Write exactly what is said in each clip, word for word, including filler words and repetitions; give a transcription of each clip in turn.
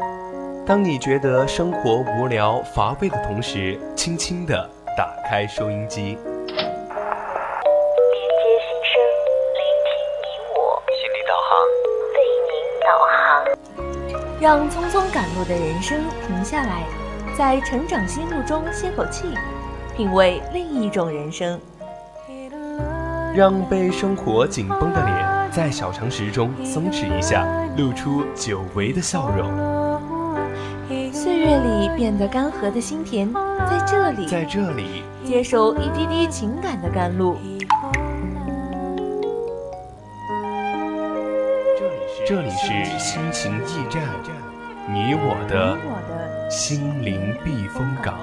当你觉得生活无聊乏味的同时，轻轻地打开收音机， 连接心声，聆听你我， 心理导航， 为您导航。 让匆匆赶路的人生停下来，在成长心路中歇口气，品味另一种人生。 让被生活紧绷的脸在小常识中松弛一下，露出久违的笑容。 岁月里变得干涸的心田，在这里， 在这里接受一滴滴情感的甘露。 这里是心情驿站，你我的心灵避风港。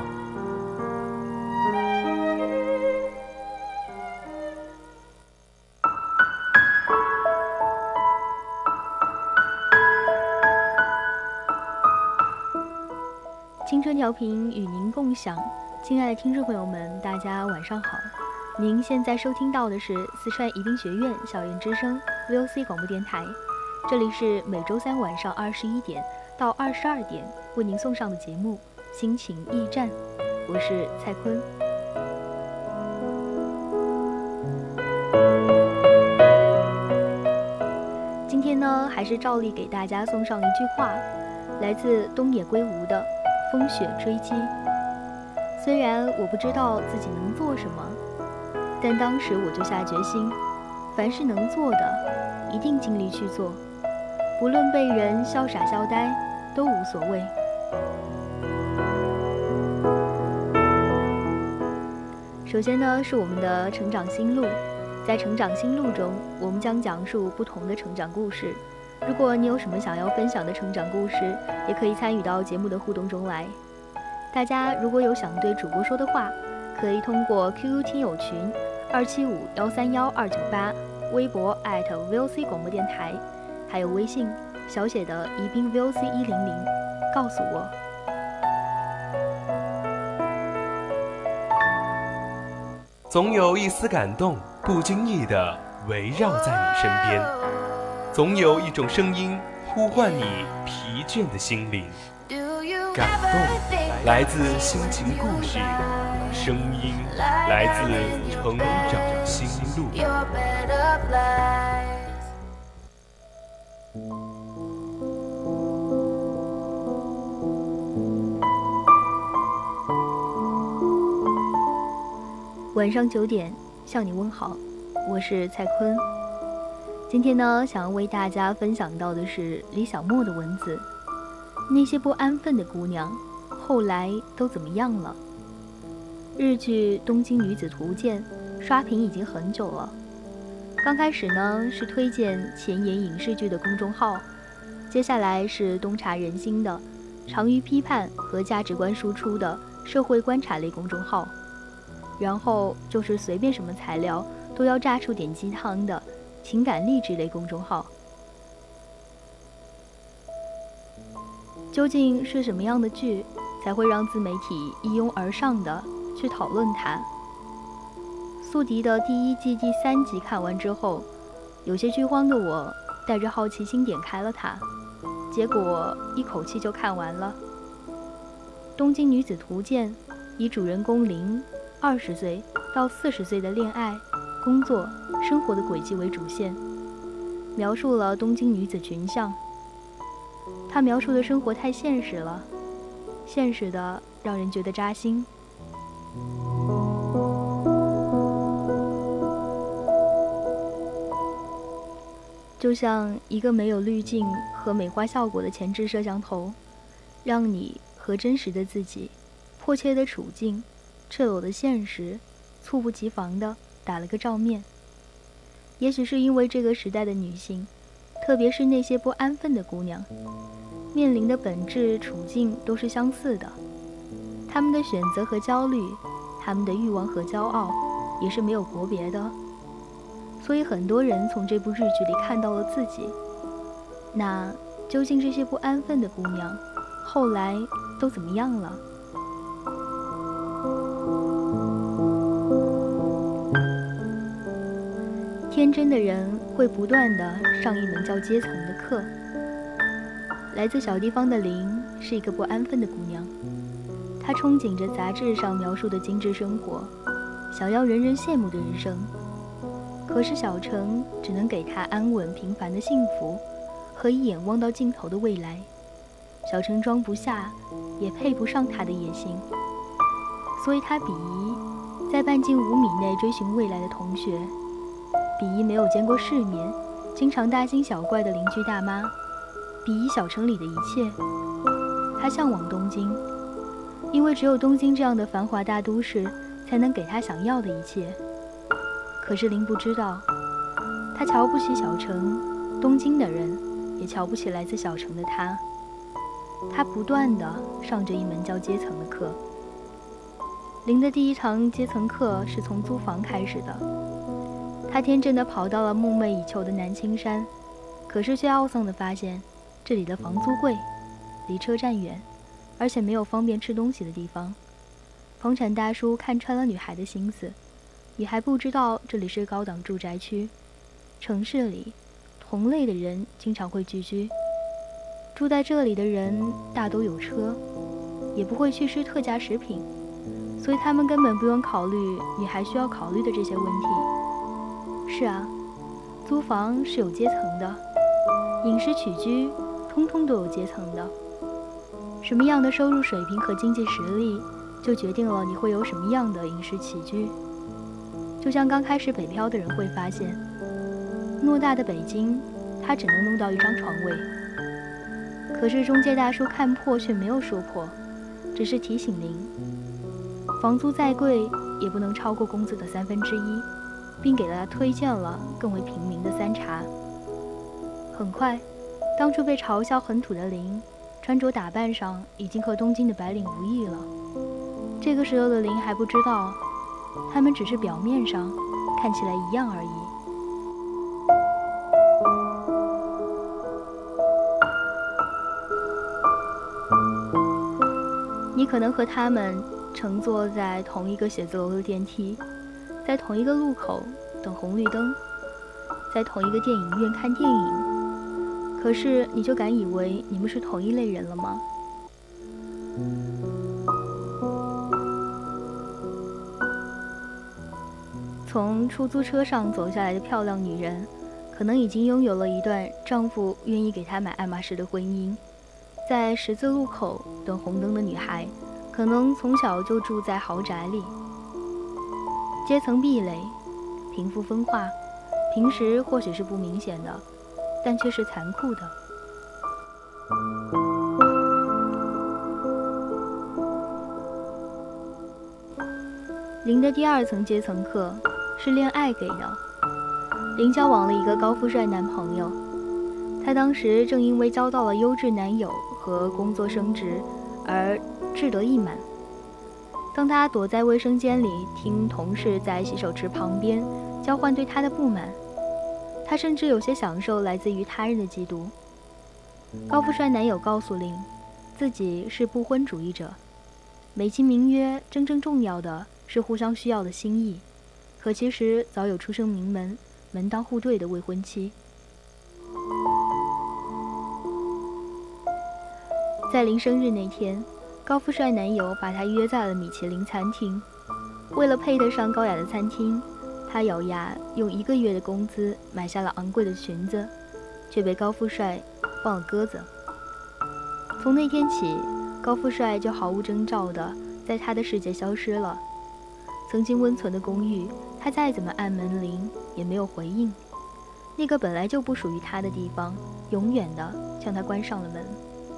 青春调频与您共享，亲爱的听众朋友们，大家晚上好。您现在收听到的是四川宜宾学院校园之声 V O C 广播电台，这里是每周三晚上二十一点到二十二点为您送上的节目《心情驿站》，我是蔡坤。今天呢，还是照例给大家送上一句话，来自东野圭吾的风雪追击。虽然我不知道自己能做什么，但当时我就下决心，凡是能做的一定尽力去做，不论被人笑傻笑呆都无所谓。首先呢，是我们的成长心路，在成长心路中，我们将讲述不同的成长故事。如果你有什么想要分享的成长故事，也可以参与到节目的互动中来。大家如果有想对主播说的话，可以通过 Q Q 听友群二七五幺三幺二九八，微博 at V O C 广播电台，还有微信小写的宜宾 V O C 一零零，告诉我。 总有一丝感动，不经意地围绕在你身边。总有一种声音呼唤你疲倦的心灵，感动来自心情故事，声音来自成长心路。 晚上九点向你问好，我是蔡坤。今天呢，想要为大家分享到的是李小莫的文字。那些不安分的姑娘，后来都怎么样了？日剧《东京女子图鉴》刷屏已经很久了。刚开始呢是推荐前沿影视剧的公众号，接下来是洞察人心的、长于批判和价值观输出的社会观察类公众号，然后就是随便什么材料都要炸出点鸡汤的情感励志类公众号。究竟是什么样的剧才会让自媒体一拥而上的去讨论它？宿敌的第一季第三集看完之后，有些剧荒的我带着好奇心点开了它，结果一口气就看完了。东京女子图鉴以主人公零二十岁到四十岁的恋爱、工作、生活的轨迹为主线，描述了东京女子群像。她描述的生活太现实了，现实的让人觉得扎心。就像一个没有滤镜和美化效果的前置摄像头，让你和真实的自己、迫切的处境、赤裸的现实猝不及防地打了个照面。也许是因为这个时代的女性，特别是那些不安分的姑娘，面临的本质处境都是相似的，她们的选择和焦虑，她们的欲望和骄傲也是没有国别的。所以很多人从这部日剧里看到了自己。那究竟这些不安分的姑娘后来都怎么样了？天真的人会不断地上一门叫阶层的课， 来自小地方的林是一个不安分的姑娘，她憧憬着杂志上描述的精致生活，想要人人羡慕的人生。可是小城只能给她安稳平凡的幸福和一眼望到尽头的未来，小城装不下也配不上她的野心。所以她鄙夷在半径五米内追寻未来的同学，鄙夷没有见过世面经常大惊小怪的邻居大妈，鄙夷小城里的一切。他向往东京，因为只有东京这样的繁华大都市才能给他想要的一切。可是林不知道，他瞧不起小城，东京的人也瞧不起来自小城的他。他不断地上着一门叫阶层的课。林的第一堂阶层课是从租房开始的。他天真地跑到了梦寐以求的南青山，可是却懊丧地发现，这里的房租贵，离车站远，而且没有方便吃东西的地方。房产大叔看穿了女孩的心思，女孩不知道这里是高档住宅区，城市里同类的人经常会聚居，住在这里的人大都有车，也不会去吃特价食品，所以他们根本不用考虑女孩需要考虑的这些问题。是啊，租房是有阶层的，饮食起居通通都有阶层的。什么样的收入水平和经济实力，就决定了你会有什么样的饮食起居。就像刚开始北漂的人会发现，偌大的北京，他只能弄到一张床位。可是中介大叔看破却没有说破，只是提醒您，房租再贵也不能超过工资的三分之一，并给了他推荐了更为平民的三茶。很快，当初被嘲笑很土的林，穿着打扮上已经和东京的白领无异了。这个时候的林还不知道，他们只是表面上看起来一样而已。你可能和他们乘坐在同一个写字楼的电梯，在同一个路口等红绿灯，在同一个电影院看电影，可是你就敢以为你们是同一类人了吗？从出租车上走下来的漂亮女人，可能已经拥有了一段丈夫愿意给她买爱马仕的婚姻。在十字路口等红灯的女孩，可能从小就住在豪宅里。阶层壁垒，贫富分化，平时或许是不明显的，但却是残酷的。林的第二层阶层课是恋爱给的。林交往了一个高富帅男朋友，她当时正因为交到了优质男友和工作升职而志得意满。当她躲在卫生间里听同事在洗手池旁边交换对她的不满，她甚至有些享受来自于他人的嫉妒。高富帅男友告诉林，自己是不婚主义者，美其名曰真正重要的是互相需要的心意，可其实早有出身名门门当户对的未婚妻。在林生日那天，高富帅男友把她约在了米其林餐厅。为了配得上高雅的餐厅，他咬牙用一个月的工资买下了昂贵的裙子，却被高富帅放了鸽子。从那天起，高富帅就毫无征兆地在他的世界消失了。曾经温存的公寓，他再怎么按门铃也没有回应。那个本来就不属于他的地方，永远地向他关上了门。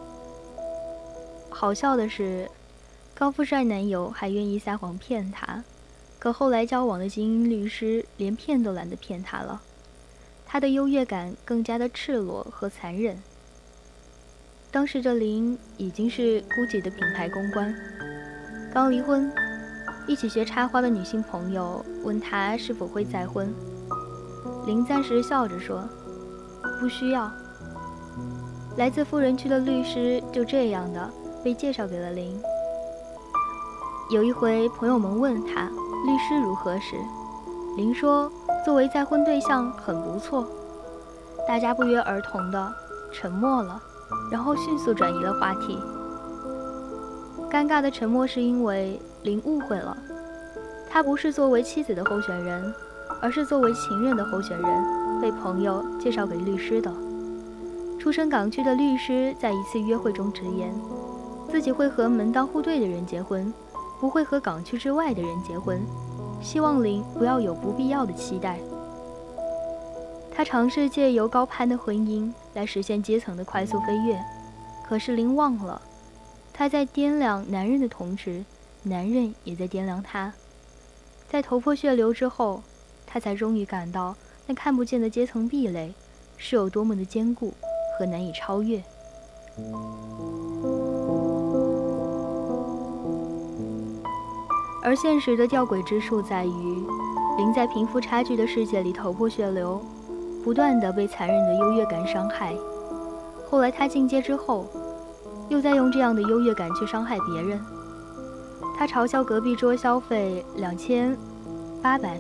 好笑的是，高富帅男友还愿意撒谎骗她，可后来交往的精英律师连骗都懒得骗她了。他的优越感更加的赤裸和残忍。当时的林已经是 GUCCI 的品牌公关，刚离婚，一起学插花的女性朋友问他是否会再婚，林暂时笑着说不需要。来自富人区的律师就这样的被介绍给了林。有一回朋友们问他律师如何时，林说作为再婚对象很不错。大家不约而同的沉默了。 然后迅速转移了话题。尴尬的沉默是因为林误会了，他不是作为妻子的候选人，而是作为情人的候选人，被朋友介绍给律师的。出身港区的律师在一次约会中直言，自己会和门当户对的人结婚，不会和港区之外的人结婚，希望林不要有不必要的期待。他尝试借由高攀的婚姻来实现阶层的快速飞跃，可是林忘了，他在掂量男人的同时，男人也在掂量他。在头破血流之后，他才终于感到那看不见的阶层壁垒是有多么的坚固和难以超越。而现实的吊诡之处在于，林在贫富差距的世界里头破血流，不断地被残忍的优越感伤害。后来他进阶之后，又在用这样的优越感去伤害别人。他嘲笑隔壁桌消费两千八百，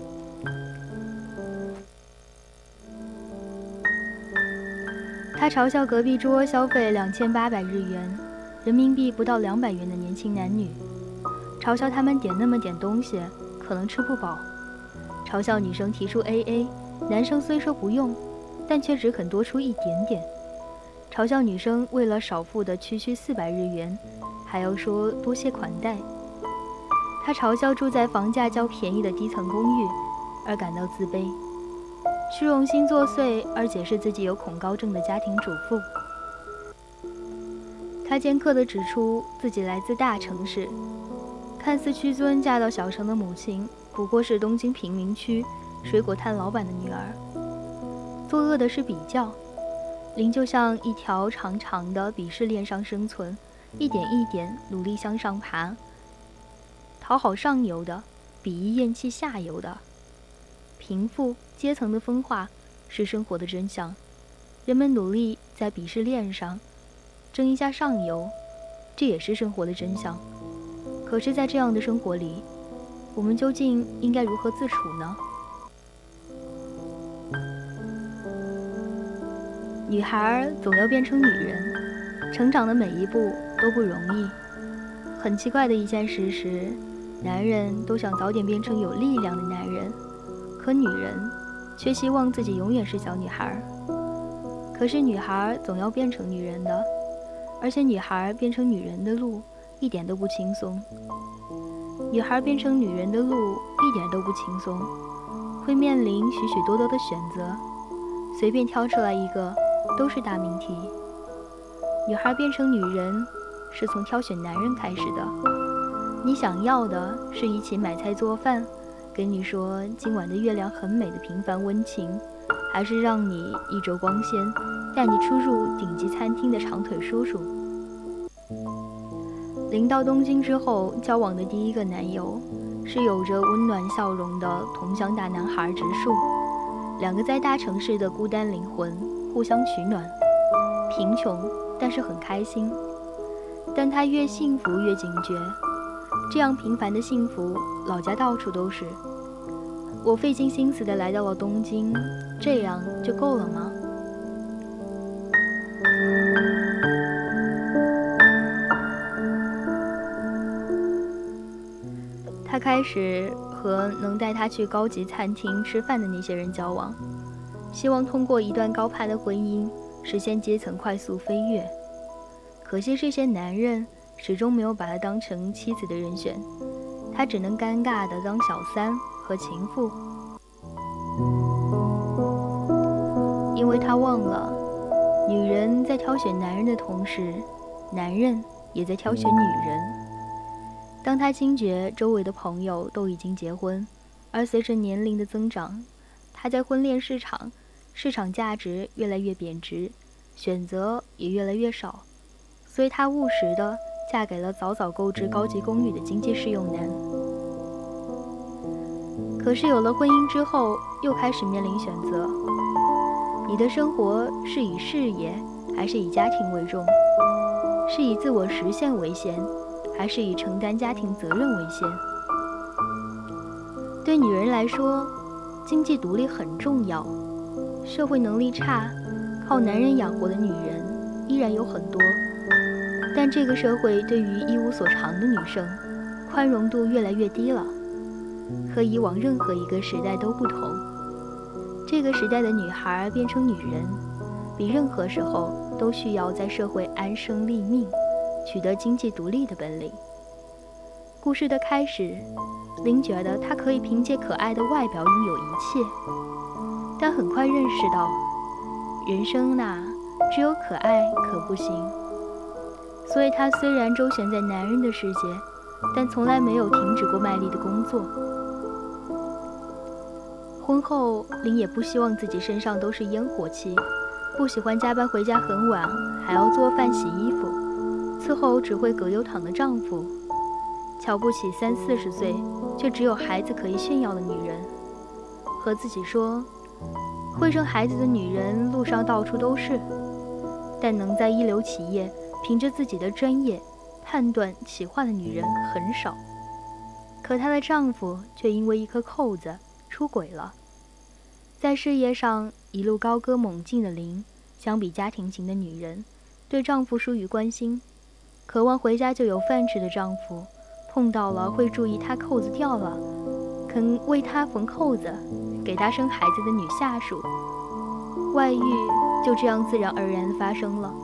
他嘲笑隔壁桌消费两千八百日元，人民币不到两百元的年轻男女，嘲笑他们点那么点东西可能吃不饱，嘲笑女生提出 A A， 男生虽说不用，但却只肯多出一点点，嘲笑女生为了少付的区区四百日元，还要说多谢款待。他嘲笑住在房价较便宜的低层公寓，而感到自卑，虚荣心作祟，而解释自己有恐高症的家庭主妇。他尖刻地指出自己来自大城市，看似屈尊嫁到小城的母亲不过是东京贫民区水果摊老板的女儿。作恶的是比较，林就像一条长长的鄙视链上生存，一点一点努力向上爬，讨好上游的，鄙夷厌弃下游的。贫富阶层的分化是生活的真相，人们努力在鄙视链上争一下上游，这也是生活的真相。可是在这样的生活里，我们究竟应该如何自处呢？女孩总要变成女人，成长的每一步都不容易。很奇怪的一件事是，男人都想早点变成有力量的男人，可女人却希望自己永远是小女孩。可是女孩总要变成女人的，而且女孩变成女人的路一点都不轻松。女孩变成女人的路一点都不轻松，会面临许许多多的选择，随便挑出来一个都是大命题。女孩变成女人是从挑选男人开始的，你想要的是一起买菜做饭，跟你说今晚的月亮很美的平凡温情，还是让你衣着光鲜，带你出入顶级餐厅的长腿叔叔？临到东京之后，交往的第一个男友是有着温暖笑容的同乡大男孩直树，两个在大城市的孤单灵魂互相取暖，贫穷但是很开心。但他越幸福越警觉，这样平凡的幸福老家到处都是，我费尽心思地来到了东京，这样就够了吗？他开始和能带他去高级餐厅吃饭的那些人交往，希望通过一段高攀的婚姻实现阶层快速飞跃。可惜这些男人始终没有把他当成妻子的人选，他只能尴尬地当小三和情妇。因为他忘了，女人在挑选男人的同时，男人也在挑选女人。当他惊觉周围的朋友都已经结婚，而随着年龄的增长，他在婚恋市场市场价值越来越贬值，选择也越来越少，所以他务实地嫁给了早早购置高级公寓的经济适用男。可是有了婚姻之后，又开始面临选择，你的生活是以事业还是以家庭为重？是以自我实现为先，还是以承担家庭责任为先？对女人来说，经济独立很重要，社会能力差，靠男人养活的女人依然有很多，但这个社会对于一无所长的女生，宽容度越来越低了，和以往任何一个时代都不同。这个时代的女孩变成女人，比任何时候都需要在社会安身立命，取得经济独立的本领。故事的开始，林觉得她可以凭借可爱的外表拥有一切，但很快认识到，人生呐，只有可爱可不行。所以她虽然周旋在男人的世界，但从来没有停止过卖力的工作。婚后，林也不希望自己身上都是烟火气，不喜欢加班回家很晚，还要做饭洗衣服，伺候只会葛优躺的丈夫，瞧不起三四十岁却只有孩子可以炫耀的女人，和自己说，会生孩子的女人路上到处都是，但能在一流企业凭着自己的专业判断企划的女人很少。可她的丈夫却因为一颗扣子出轨了。在事业上一路高歌猛进的林，相比家庭型的女人，对丈夫疏于关心，渴望回家就有饭吃的丈夫，碰到了会注意她扣子掉了，肯为她缝扣子，给她生孩子的女下属，外遇就这样自然而然地发生了。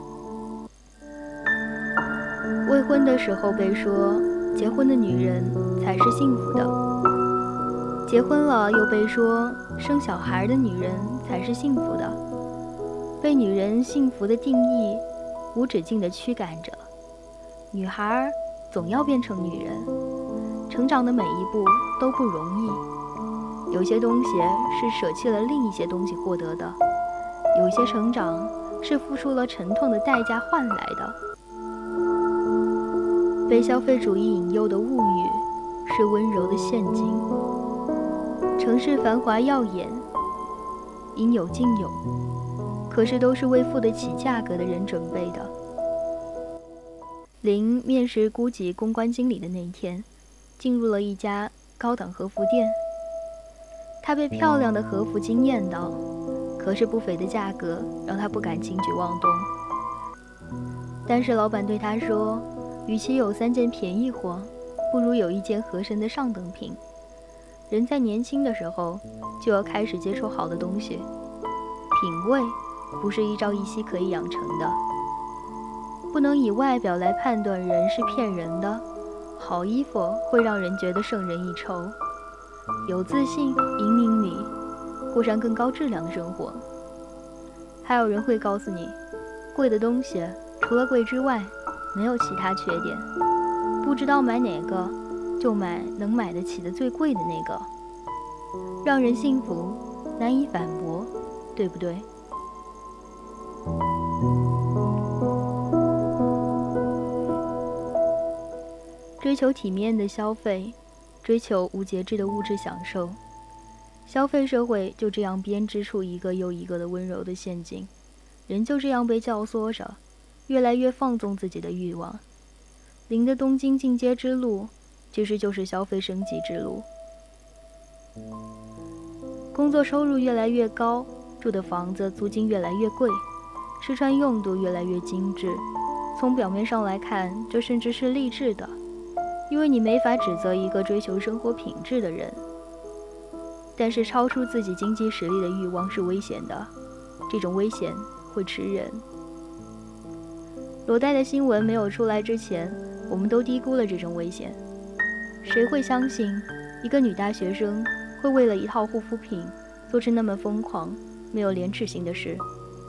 未婚的时候被说，结婚的女人才是幸福的。结婚了又被说，生小孩的女人才是幸福的。被女人幸福的定义无止境地驱赶着，女孩总要变成女人，成长的每一步都不容易。有些东西是舍弃了另一些东西获得的，有些成长是付出了沉痛的代价换来的。被消费主义引诱的物欲是温柔的陷阱。城市繁华耀眼，应有尽有，可是都是为付得起价格的人准备的。林面试估级公关经理的那一天，进入了一家高档和服店。他被漂亮的和服惊艳到，可是不菲的价格让他不敢轻举妄动。但是老板对他说，与其有三件便宜货，不如有一件合身的上等品。人在年轻的时候就要开始接触好的东西，品味不是一朝一夕可以养成的，不能以外表来判断人是骗人的。好衣服会让人觉得胜人一筹，有自信引领你过上更高质量的生活。还有人会告诉你，贵的东西除了贵之外没有其他缺点，不知道买哪个就买能买得起的最贵的那个，让人幸福难以反驳，对不对？追求体面的消费，追求无节制的物质享受，消费社会就这样编织出一个又一个的温柔的陷阱，人就这样被教唆着，越来越放纵自己的欲望。林的东京进阶之路其实就是消费升级之路。工作收入越来越高，住的房子租金越来越贵，吃穿用度越来越精致。从表面上来看，这甚至是励志的，因为你没法指责一个追求生活品质的人。但是超出自己经济实力的欲望是危险的，这种危险会吃人。裸贷的新闻没有出来之前，我们都低估了这种危险。谁会相信一个女大学生会为了一套护肤品做出那么疯狂没有廉耻心的事？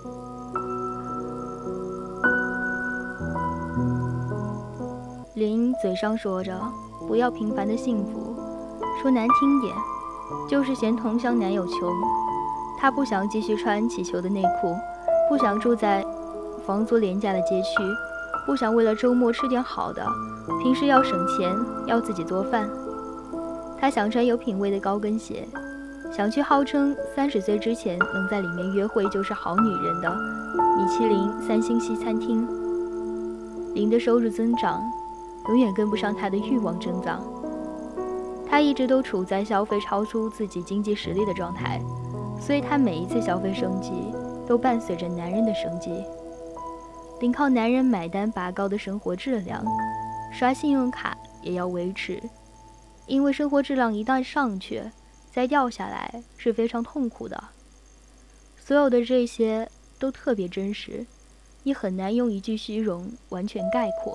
林嘴上说着不要平凡的幸福，说难听点就是嫌同乡男友穷。她不想继续穿起球的内裤，不想住在房租廉价的街区，不想为了周末吃点好的，平时要省钱，要自己做饭。她想穿有品味的高跟鞋，想去号称三十岁之前能在里面约会就是好女人的米其林三星西餐厅。林的收入增长永远跟不上她的欲望增长，她一直都处在消费超出自己经济实力的状态，所以她每一次消费升级都伴随着男人的升级。 临靠男人买单拔高的生活质量，刷信用卡也要维持，因为生活质量一旦上去，再掉下来是非常痛苦的。所有的这些都特别真实，你很难用一句虚荣完全概括。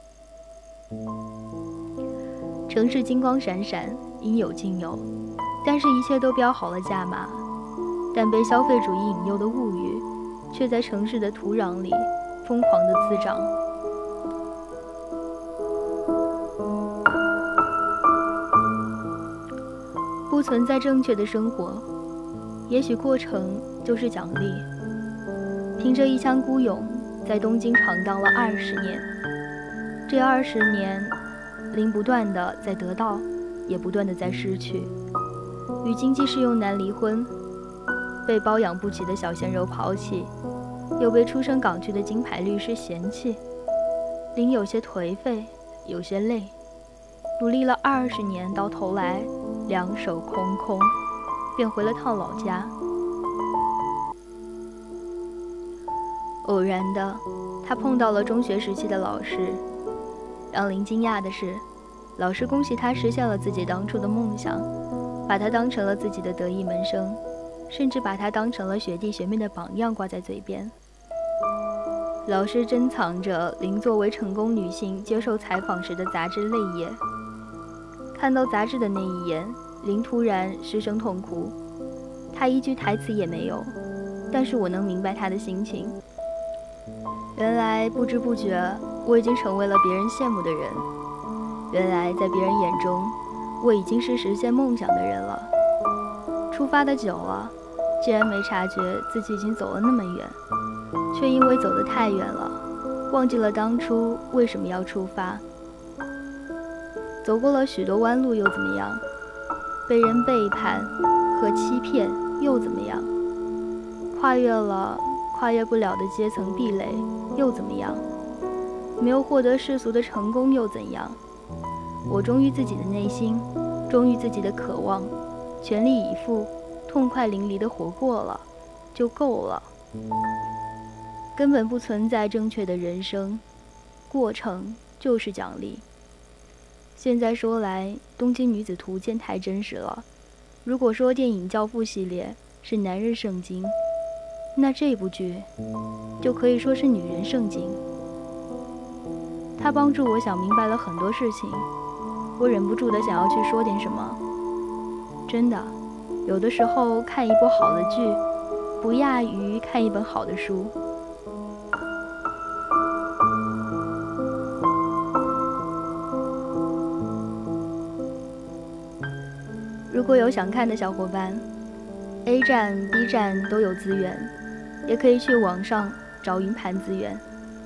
城市金光闪闪，应有尽有，但是一切都标好了价码，但被消费主义引诱的物欲却在城市的土壤里疯狂地滋长。不存在正确的生活，也许过程就是奖励。凭着一腔孤勇，在东京闯荡了二十年，这二十年，林不断地在得到，也不断地在失去。与经济适用男离婚，被包养不起的小鲜肉抛弃，又被出身港区的金牌律师嫌弃。林有些颓废，有些累，努力了二十年，到头来两手空空，便回了趟老家。偶然的，他碰到了中学时期的老师。让林惊讶的是，老师恭喜他实现了自己当初的梦想，把他当成了自己的得意门生，甚至把他当成了学弟学妹的榜样挂在嘴边。老师珍藏着林作为成功女性接受采访时的杂志泪液。看到杂志的那一眼，林突然失声痛哭。他一句台词也没有，但是我能明白他的心情。原来不知不觉，我已经成为了别人羡慕的人。原来在别人眼中，我已经是实现梦想的人了。出发的久了，竟然没察觉自己已经走了那么远，却因为走得太远了，忘记了当初为什么要出发。走过了许多弯路又怎么样？被人背叛和欺骗又怎么样？跨越了跨越不了的阶层壁垒又怎么样？没有获得世俗的成功又怎样？我忠于自己的内心，忠于自己的渴望，全力以赴，痛快淋漓地活过了，就够了。根本不存在正确的人生，过程就是奖励。现在说来，《东京女子图鉴》太真实了。如果说电影《教父》系列是男人圣经，那这部剧就可以说是女人圣经。它帮助我想明白了很多事情，我忍不住的想要去说点什么。真的，有的时候看一部好的剧，不亚于看一本好的书。如果有想看的小伙伴 ，A 站、B 站都有资源，也可以去网上找云盘资源。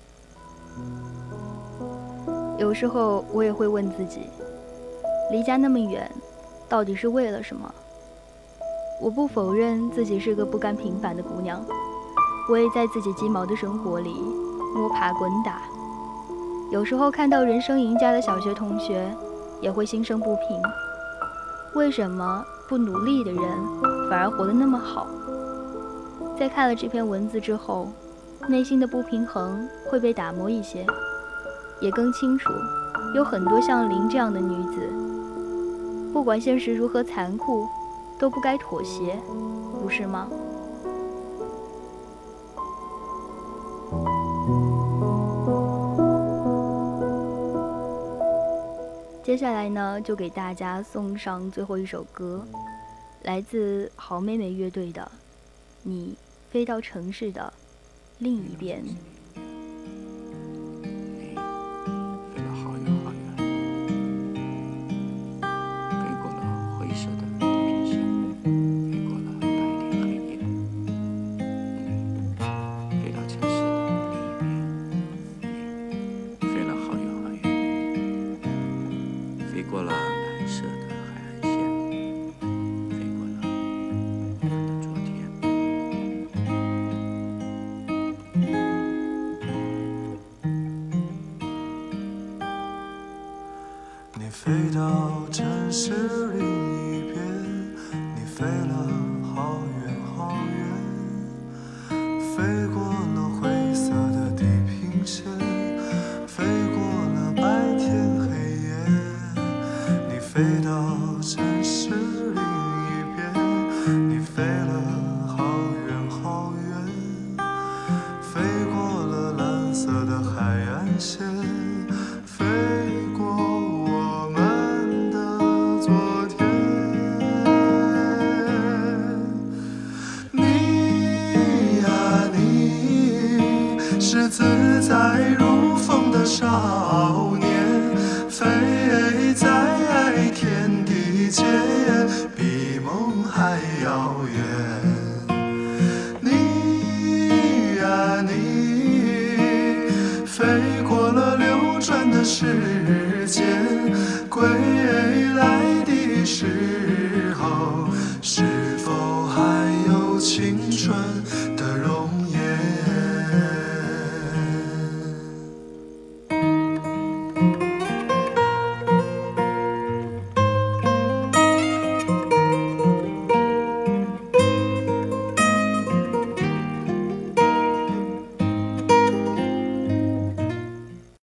有时候我也会问自己，离家那么远，到底是为了什么？我不否认自己是个不甘平凡的姑娘，我也在自己鸡毛的生活里摸爬滚打。有时候看到人生赢家的小学同学，也会心生不平。为什么不努力的人反而活得那么好？在看了这篇文字之后，内心的不平衡会被打磨一些，也更清楚，有很多像林这样的女子，不管现实如何残酷，都不该妥协，不是吗？接下来呢，就给大家送上最后一首歌，来自好妹妹乐队的《你飞到城市的另一边》。 飞到城市另一边，你飞了好远好远，飞过了灰色的地平线，飞过我们的昨天。你呀你，是自在如风的少年，飞在天地间，比梦还遥远。你呀你，飞过了流转的时间，归来的时候，是否还有青春？